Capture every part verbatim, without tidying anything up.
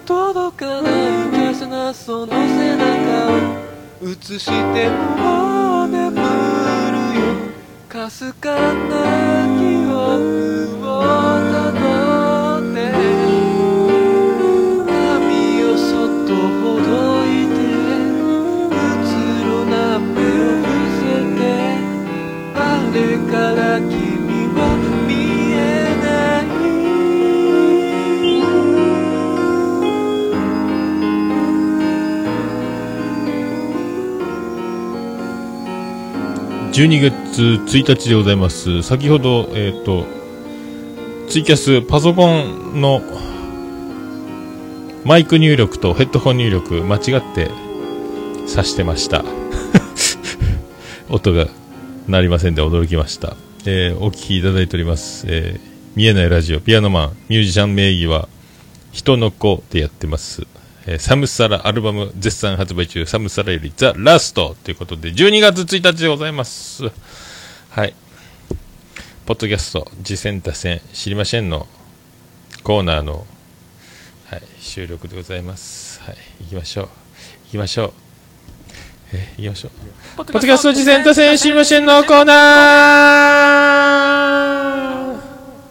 届かない華奢なその背中を映してもう眠るよ。かすかな記憶をたどって髪をそっとほどいてうつろな目を伏せてあれから君は見えないじゅうにがつついたちでございます。先ほど、えっと、ツイキャス、パソコンのマイク入力とヘッドホン入力間違って挿してました。音が鳴りませんで驚きました。えー、お聞きいただいております。えー、見えないラジオ、ピアノマン、ミュージシャン名義は、人の子でやってます。サムサラアルバム絶賛発売中、サムサラよりザ・ラストということでじゅうにがつついたちでございます。はい、ポッドキャスト次戦多戦知りませんのコーナーの、はい、収録でございます。はい、行きましょう行きましょうえー、行きましょうポッドキャスト次戦多戦知りませんのコーナー。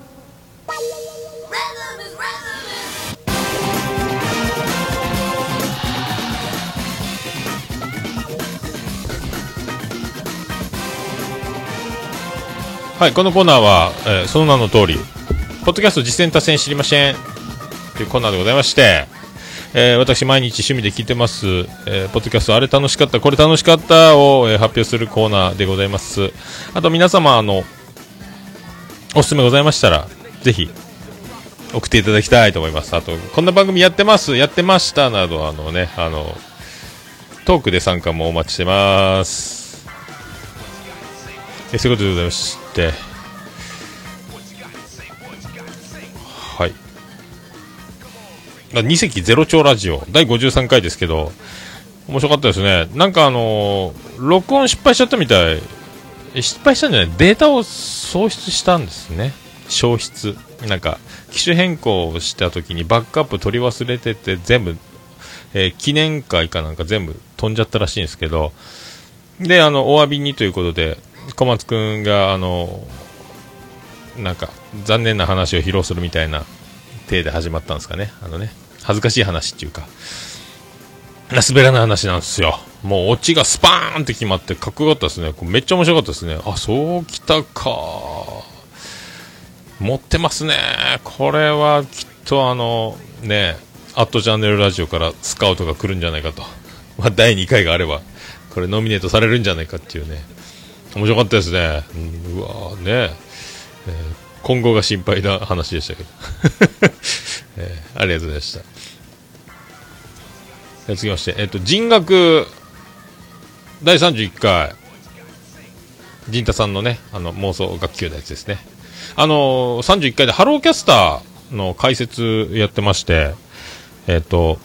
はい、このコーナーは、えー、その名の通りポッドキャスト実践多戦知りませんというコーナーでございまして、えー、私毎日趣味で聞いてます、えー、ポッドキャストあれ楽しかったこれ楽しかったを、えー、発表するコーナーでございます。あと皆様あのおすすめございましたらぜひ送っていただきたいと思います。あとこんな番組やってますやってましたなどあのねあのトークで参加もお待ちしてます。えそういうことでございまして、はい、に席ゼロ兆ラジオだいごじゅうさんかいですけど面白かったですね。なんかあのー、録音失敗しちゃったみたい。失敗したんじゃないデータを喪失したんですね。消失なんか機種変更をした時にバックアップ取り忘れてて全部、えー、記念会かなんか全部飛んじゃったらしいんですけど、であのお詫びにということで小松くんがあのなんか残念な話を披露するみたいな体で始まったんですかね。あのね恥ずかしい話っていうか滑らない話なんですよ。もうオチがスパーンって決まってかっこよかったですね。めっちゃ面白かったですね。あそうきたか持ってますね。これはきっとあのねアットチャンネルラジオからスカウトが来るんじゃないかと、まあ、だいにかいがあればこれノミネートされるんじゃないかっていうね面白かったですね。うん、うわーね、えー、今後が心配な話でしたけど、えー、ありがとうございました。続きまして、えっと、人学だいさんじゅういっかい陣太さんのねあの妄想学級のやつですね。あのー、さんじゅういっかいでハローキャスターの解説やってまして、えっと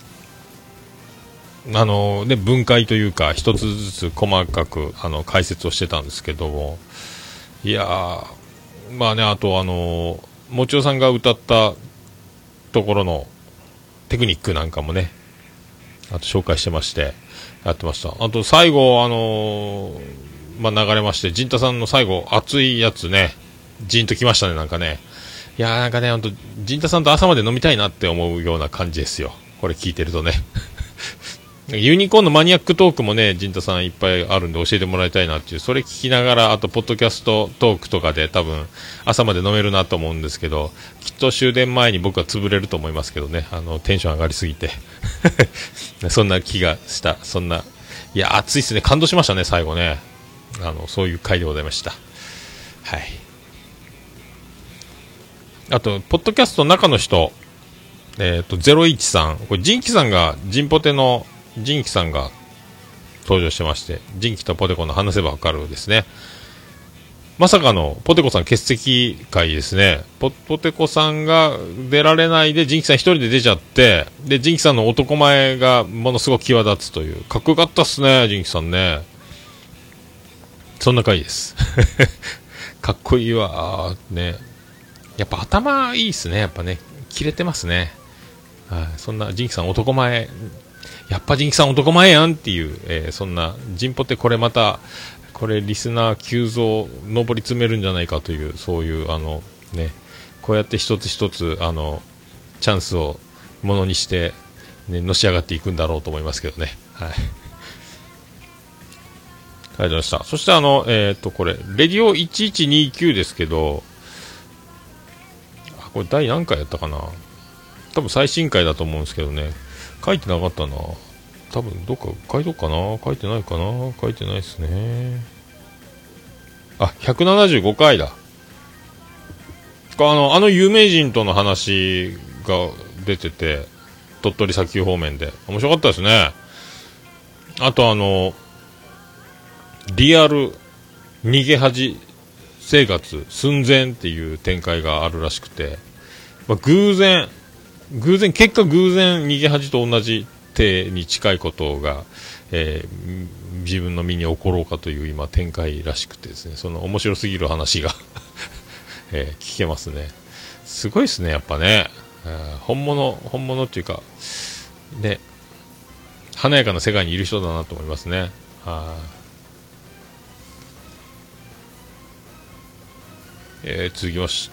あのね、分解というか一つずつ細かくあの解説をしてたんですけども、いやーまあねあとあのもちおさんが歌ったところのテクニックなんかもねあと紹介してましてやってました。あと最後あのー、まあ流れまして陣太さんの最後熱いやつねジンときましたね。なんかねいやーなんかねほんと陣太さんと朝まで飲みたいなって思うような感じですよこれ聞いてるとねユニコーンのマニアックトークもね陣太さんいっぱいあるんで教えてもらいたいなっていうそれ聞きながらあとポッドキャストトークとかで多分朝まで飲めるなと思うんですけどきっと終電前に僕は潰れると思いますけどねあのテンション上がりすぎてそんな気がしたそんないや熱いっすね感動しましたね最後ねあのそういう回でございました。はい。あとポッドキャストの中の人えっとゼロイチさんこれジンキさんがジンポテのジンキさんが登場してましてジンキとポテコの話せばわかるですね。まさかのポテコさん欠席会ですね。 ポ, ポテコさんが出られないでジンキさん一人で出ちゃってでジンキさんの男前がものすごく際立つというかっこよかったっすねジンキさんね。そんな回ですかっこいいわね。やっぱ頭いいっすねやっぱねキレてますね。 はい、そんなジンキさん男前、やっぱジンキさん男前やんっていう、えー、そんなジンポってこれまたこれリスナー急増上り詰めるんじゃないかという、そういうあのね、こうやって一つ一つあのチャンスをものにして、ね、のし上がっていくんだろうと思いますけどね。はい、ありがとうございました。そしてあの、えー、っとこれレディオいちいちにきゅうですけど、あ、これ第何回やったかな、多分最新回だと思うんですけどね、書いてなかったな、多分どっか書いとくかな、書いてないかな、書いてないですね。あ、ひゃくななじゅうごかいだ。あの、あの有名人との話が出てて、鳥取砂丘方面で面白かったですね。あとあのリアル逃げ恥生活寸前っていう展開があるらしくて、まあ、偶然偶然結果偶然逃げ恥と同じ手に近いことが、えー、自分の身に起ころうかという今展開らしくてですね、その面白すぎる話が、えー、聞けますね。すごいですね、やっぱね、えー、本物本物っていうかね、華やかな世界にいる人だなと思いますね。はえー、続きまして、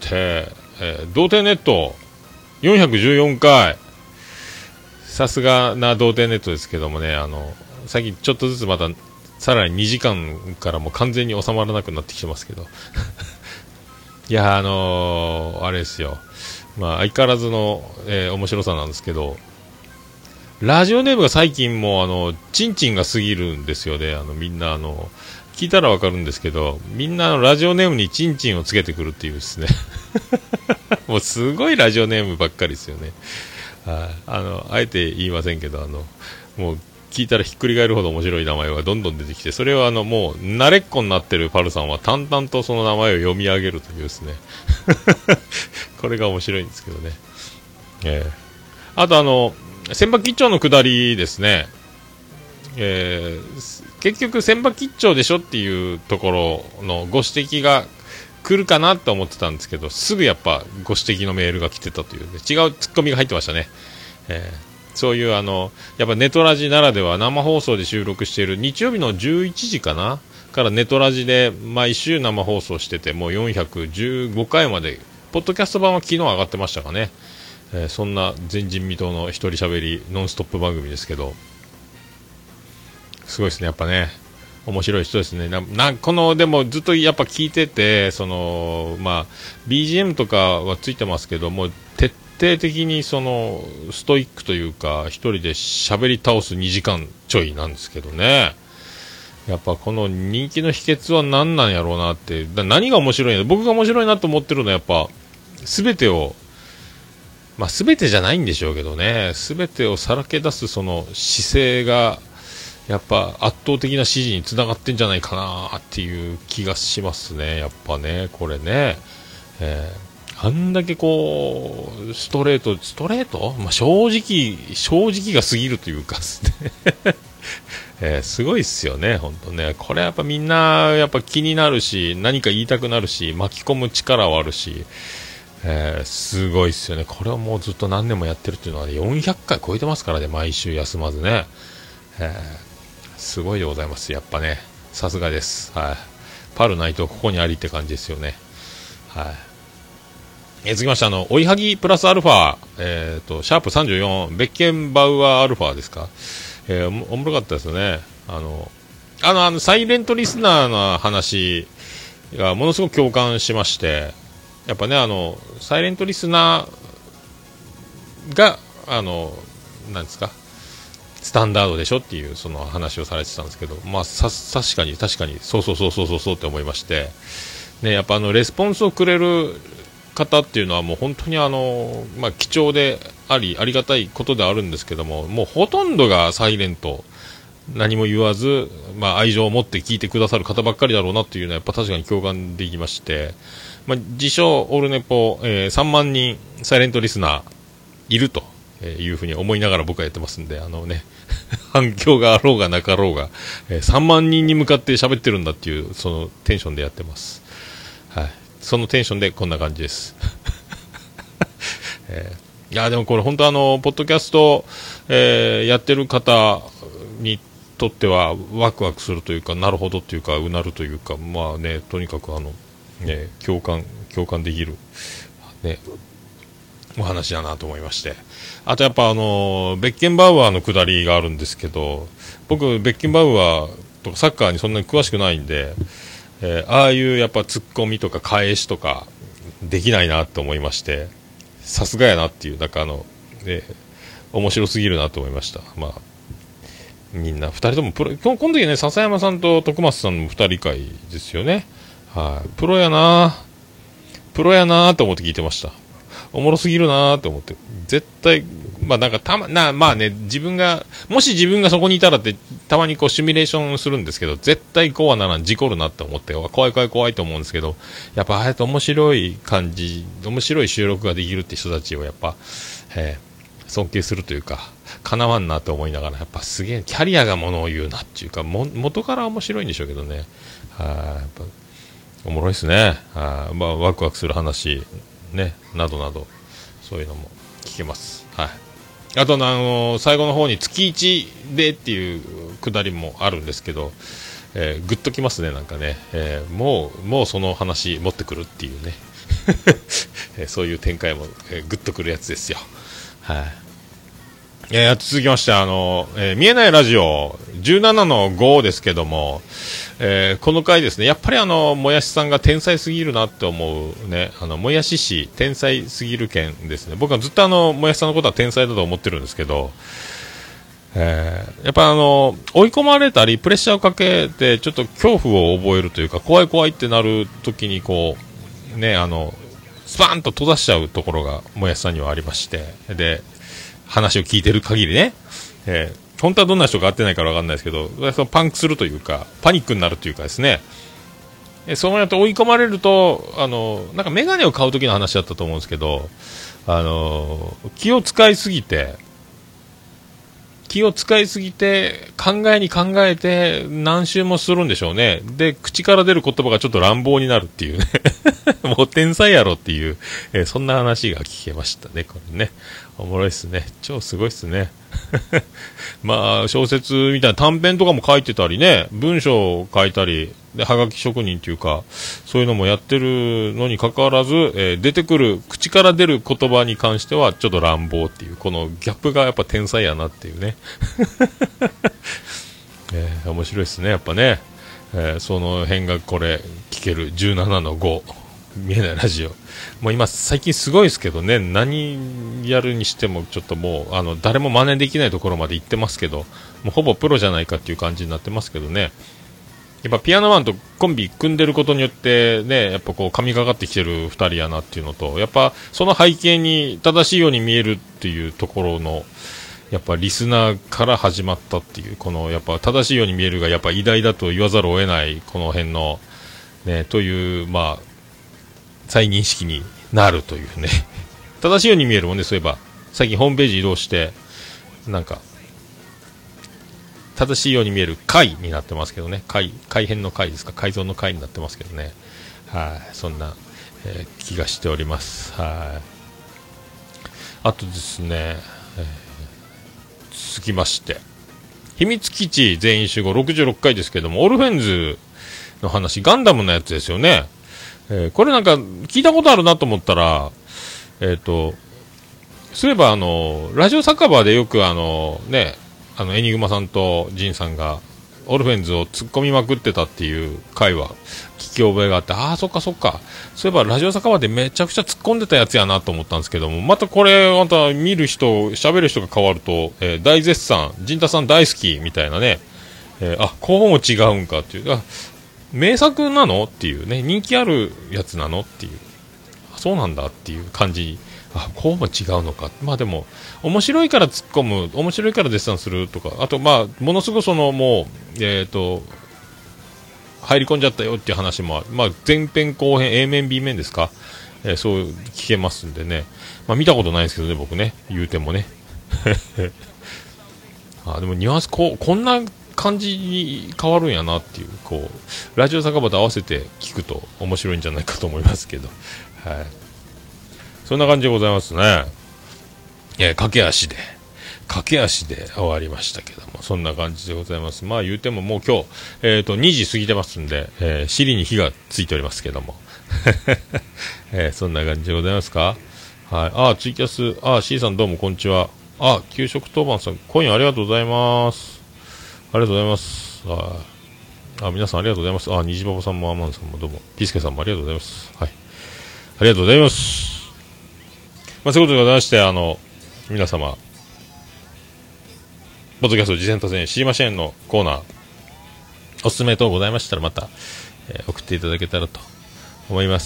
えー、童貞ネットよんひゃくじゅうよんかい、さすがな童貞ネットですけどもね、あの最近ちょっとずつまたさらににじかんからも完全に収まらなくなってきてますけどいやあのー、あれですよ、まあ、相変わらずの、えー、面白さなんですけど、ラジオネームが最近もうあのチンチンが過ぎるんですよね。あのみんなあの聞いたらわかるんですけど、みんなあのラジオネームにチンチンをつけてくるっていうですねもうすごいラジオネームばっかりですよね。ああのあえて言いませんけど、あのもう聞いたらひっくり返るほど面白い名前がどんどん出てきて、それをあのもう慣れっこになってるパルさんは淡々とその名前を読み上げるというですねこれが面白いんですけどね。えー、あとあの千葉吉兆の下りですね、えー、結局千葉吉兆でしょっていうところのご指摘が来るかなと思ってたんですけど、すぐやっぱご指摘のメールが来てたという、ね、違うツッコミが入ってましたね。えー、そういうあのやっぱネトラジならでは生放送で収録している日曜日のじゅういちじかなからネトラジで毎週生放送してて、もうよんひゃくじゅうごかいまでポッドキャスト版は昨日上がってましたかね。えー、そんな前人未到の一人喋りノンストップ番組ですけど、すごいですね、やっぱね面白い人ですね。ななこのでもずっとやっぱ聞いてて、そのまあ ビージーエム とかはついてますけども、徹底的にそのストイックというか一人で喋り倒すにじかんちょいなんですけどね。やっぱこの人気の秘訣は何なんやろうなって、だ何が面白いの、僕が面白いなと思ってるのはやっぱ全てを、まあ、全てじゃないんでしょうけどね、全てをさらけ出すその姿勢がやっぱ圧倒的な支持につながってんじゃないかなっていう気がしますね。やっぱねこれね、えー、あんだけこうストレートストレート、まあ、正直正直が過ぎるというかですねえー、すごいっすよね本当ね。これやっぱみんなやっぱ気になるし、何か言いたくなるし、巻き込む力はあるし、えー、すごいっすよね。これをもうずっと何年もやってるっていうのは、ね、よんひゃっかい超えてますからね、毎週休まずね、えー、すごいでございます。やっぱねさすがです、はい、パルナイトここにありって感じですよね。はい、えー、続きましてあの追いはぎプラスアルファ、えー、とシャープさんじゅうよんベッケンバウアーアルファですか、えー、おもろかったですよね。あのあのあのサイレントリスナーの話がものすごく共感しまして、やっぱねあのサイレントリスナーがあのなんですかスタンダードでしょっていうその話をされてたんですけど、まあさ確かに確かにそうそうそうそうそうそうって思いまして、ね、やっぱあのレスポンスをくれる方っていうのはもう本当にあの、まあ、貴重でありありがたいことであるんですけども、もうほとんどがサイレント、何も言わず、まあ、愛情を持って聞いてくださる方ばっかりだろうなっていうのはやっぱ確かに共感できまして、まあ、自称オルネポ、えー、さんまんにんサイレントリスナーいるというふうに思いながら僕はやってますんで、あのね反響があろうがなかろうが、えー、さんまんにんに向かって喋ってるんだっていうそのテンションでやってます。はい、そのテンションでこんな感じです、えいやでもこれ本当あのポッドキャスト、えー、やってる方にとってはワクワクするというか、なるほどというか、うなるというか、まあね、とにかくあの、ね、共感共感できる、ね、お話だなと思いまして、あとやっぱあのベッケンバウアーの下りがあるんですけど、僕ベッケンバウアーとかサッカーにそんなに詳しくないんで、えー、ああいうやっぱツッコミとか返しとかできないなと思いまして、さすがやなっていう、なんかあの、ね、面白すぎるなと思いました。まあみんなふたりともプロ、この時ね、笹山さんと徳松さんのふたり会ですよね。はい、プロやなプロやなと思って聞いてました。おもろすぎるなと思って、絶対まあなんかたまなまあね、自分がもし自分がそこにいたらってたまにこうシミュレーションするんですけど、絶対こうはならん、事故るなって思って、怖い怖い怖いと思うんですけど、やっぱああやって面白い感じ、面白い収録ができるって人たちをやっぱ、えー、尊敬するというか、かなわんなと思いながら、やっぱすげえキャリアがものを言うなっていうか、も元から面白いんでしょうけどね。はやっぱおもろいですね。はまあワクワクする話ね、などなどそういうのも聞けます。はい。あとあのー、最後の方に月いちでっていうくだりもあるんですけど、えー、グッときますね、なんかね、えー、もうもうその話持ってくるっていうね、えー、そういう展開も、えー、グッとくるやつですよ。はい。えー、続きまして、あの、えー、見えないラジオじゅうななのごですけども、えー、この回ですね、やっぱりあのもやしさんが天才すぎるなって思うね、あのもやし氏天才すぎる件ですね。僕はずっとあのもやしさんのことは天才だと思ってるんですけど、えー、やっぱあの追い込まれたりプレッシャーをかけてちょっと恐怖を覚えるというか、怖い怖いってなる時にこうね、あのスパーンと閉ざしちゃうところがもやしさんにはありまして、で話を聞いてる限りね、えー、本当はどんな人が会ってないから分かんないですけど、そのパンクするというかパニックになるというかですね、えそうやって追い込まれると、あのなんかメガネを買う時の話だったと思うんですけど、あの気を使いすぎて気を使いすぎて考えに考えて何周もするんでしょうね。で口から出る言葉がちょっと乱暴になるっていうねもう天才やろっていう、えー、そんな話が聞けましたね。これねおもろいっすね、超すごいっすねまあ小説みたいな短編とかも書いてたりね、文章を書いたりで、はがき職人というかそういうのもやってるのにかかわらず、えー、出てくる口から出る言葉に関してはちょっと乱暴っていう、このギャップがやっぱ天才やなっていうね、えー、面白いですねやっぱね、えー、その辺がこれ聞けるじゅうななのご見えないラジオ、もう今最近すごいですけどね、何やるにしてもちょっともうあの誰も真似できないところまで行ってますけど、もうほぼプロじゃないかっていう感じになってますけどね。やっぱピアノマンとコンビ組んでることによってね、やっぱこう神がかってきてるふたりやなっていうのと、やっぱその背景に正しいように見えるっていうところのやっぱリスナーから始まったっていう、このやっぱ正しいように見えるがやっぱ偉大だと言わざるを得ないこの辺のねという、まあ再認識になるというね正しいように見えるもんね。そういえば最近ホームページ移動してなんか正しいように見える回になってますけどね、回改変の回ですか、改造の回になってますけどね、はい、そんな、えー、気がしております。はい。あとですね、えー、続きまして秘密基地全員集合ろくじゅうろっかいですけども、オルフェンズの話、ガンダムのやつですよね。えー、これなんか聞いたことあるなと思ったら、えっとそういえばあのラジオ酒場でよくあのね、あのエニグマさんとジンさんがオルフェンズを突っ込みまくってたっていう回は聞き覚えがあって、ああそっかそっか、そういえばラジオ酒場でめちゃくちゃ突っ込んでたやつやなと思ったんですけども、またこれまた見る人喋る人が変わると、えー、大絶賛、ジンタさん大好きみたいなね、えー、あこうも違うんかっていう、あ名作なのっていうね、人気あるやつなのっていう、そうなんだっていう感じ、あこうも違うのか。まあでも面白いから突っ込む、面白いから絶賛するとか、あとまあものすごくそのもうえっと入り込んじゃったよっていう話も、まあ前編後編 A 面 B 面ですか、えー、そう聞けますんでね、まあ見たことないですけどね僕ね、言うてもねあでもニュアンスこうこんな感じに変わるんやなっていう、こうラジオ酒場と合わせて聞くと面白いんじゃないかと思いますけど、はい、そんな感じでございますね。 えー、駆け足で駆け足で終わりましたけども、そんな感じでございます。まあ言うてももう今日、えーと、にじ過ぎてますんで、えー、尻に火がついておりますけども、えー、そんな感じでございますか。はい。あ、ツイキャス、あ、C さんどうもこんにちは。あ、給食当番さん、コインありがとうございます。ありがとうございます。あ、あ皆さんありがとうございます。あ、虹パパさんもアマンさんもどうも、ピスケさんもありがとうございます。はい。ありがとうございます。まあ、そういうことでございまして、あの、皆様、ポッドキャスト事前多戦知りませんのコーナー、おすすめ等ございましたらまた、えー、送っていただけたらと思います。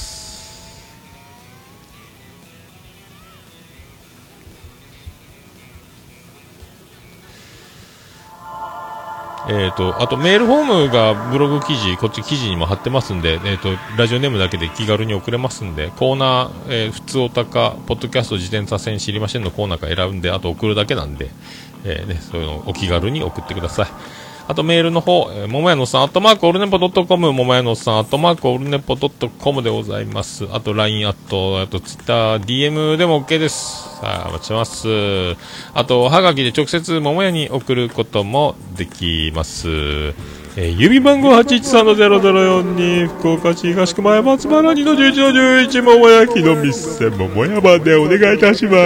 えーと、あとメールフォームがブログ記事、こっち記事にも貼ってますんで、えーと、ラジオネームだけで気軽に送れますんで、コーナー、えー、普通おたか、ポッドキャスト自転車線知りませんのコーナーから選んで、あと送るだけなんで、えーね、そういうのをお気軽に送ってください。あとメールの方、えー、ももやのさん、アットマークオルネポドットコム、ももやのさん、アットマークオルネポドットコムでございます。あと ライン、あと、あとツイッター、ディーエム でも OK です。さあ、お待ちしてます。あと、はがきで直接ももやに送ることもできます。えー、指番号 はちいちさんのゼロゼロよんに 福岡市東区前松原にのじゅういちのじゅういちももやきの店ももやまでお願いいたします。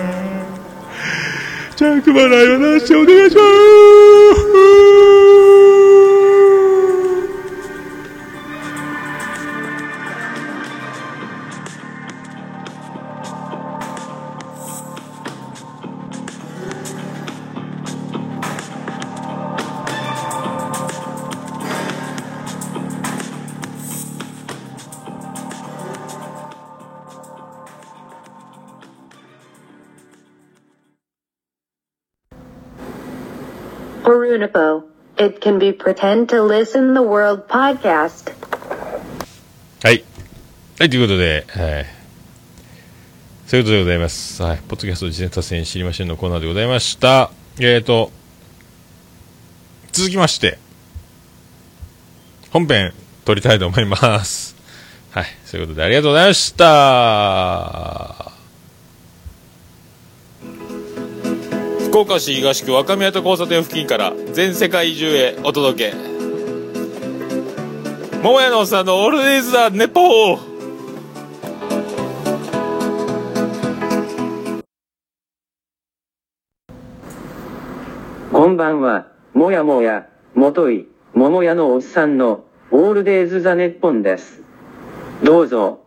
着払いはなしでお願いします。 Orunipo, it can be pretend to listen the world podcast. はい。はい、ということで、はい。そういうことでございます。はい。ポッドキャスト自転車線知りませんのコーナーでございました。えーと、続きまして、本編撮りたいと思います。はい。そういうことでありがとうございました。福岡市東区若宮と交差点付近から全世界中へお届け、桃屋のおっさんのオールデイズ・ザ・ネポー。 こんばんは、もやもや、もとい、桃屋のおっさんのオールデイズ・ザ・ネッポンです。どうぞ。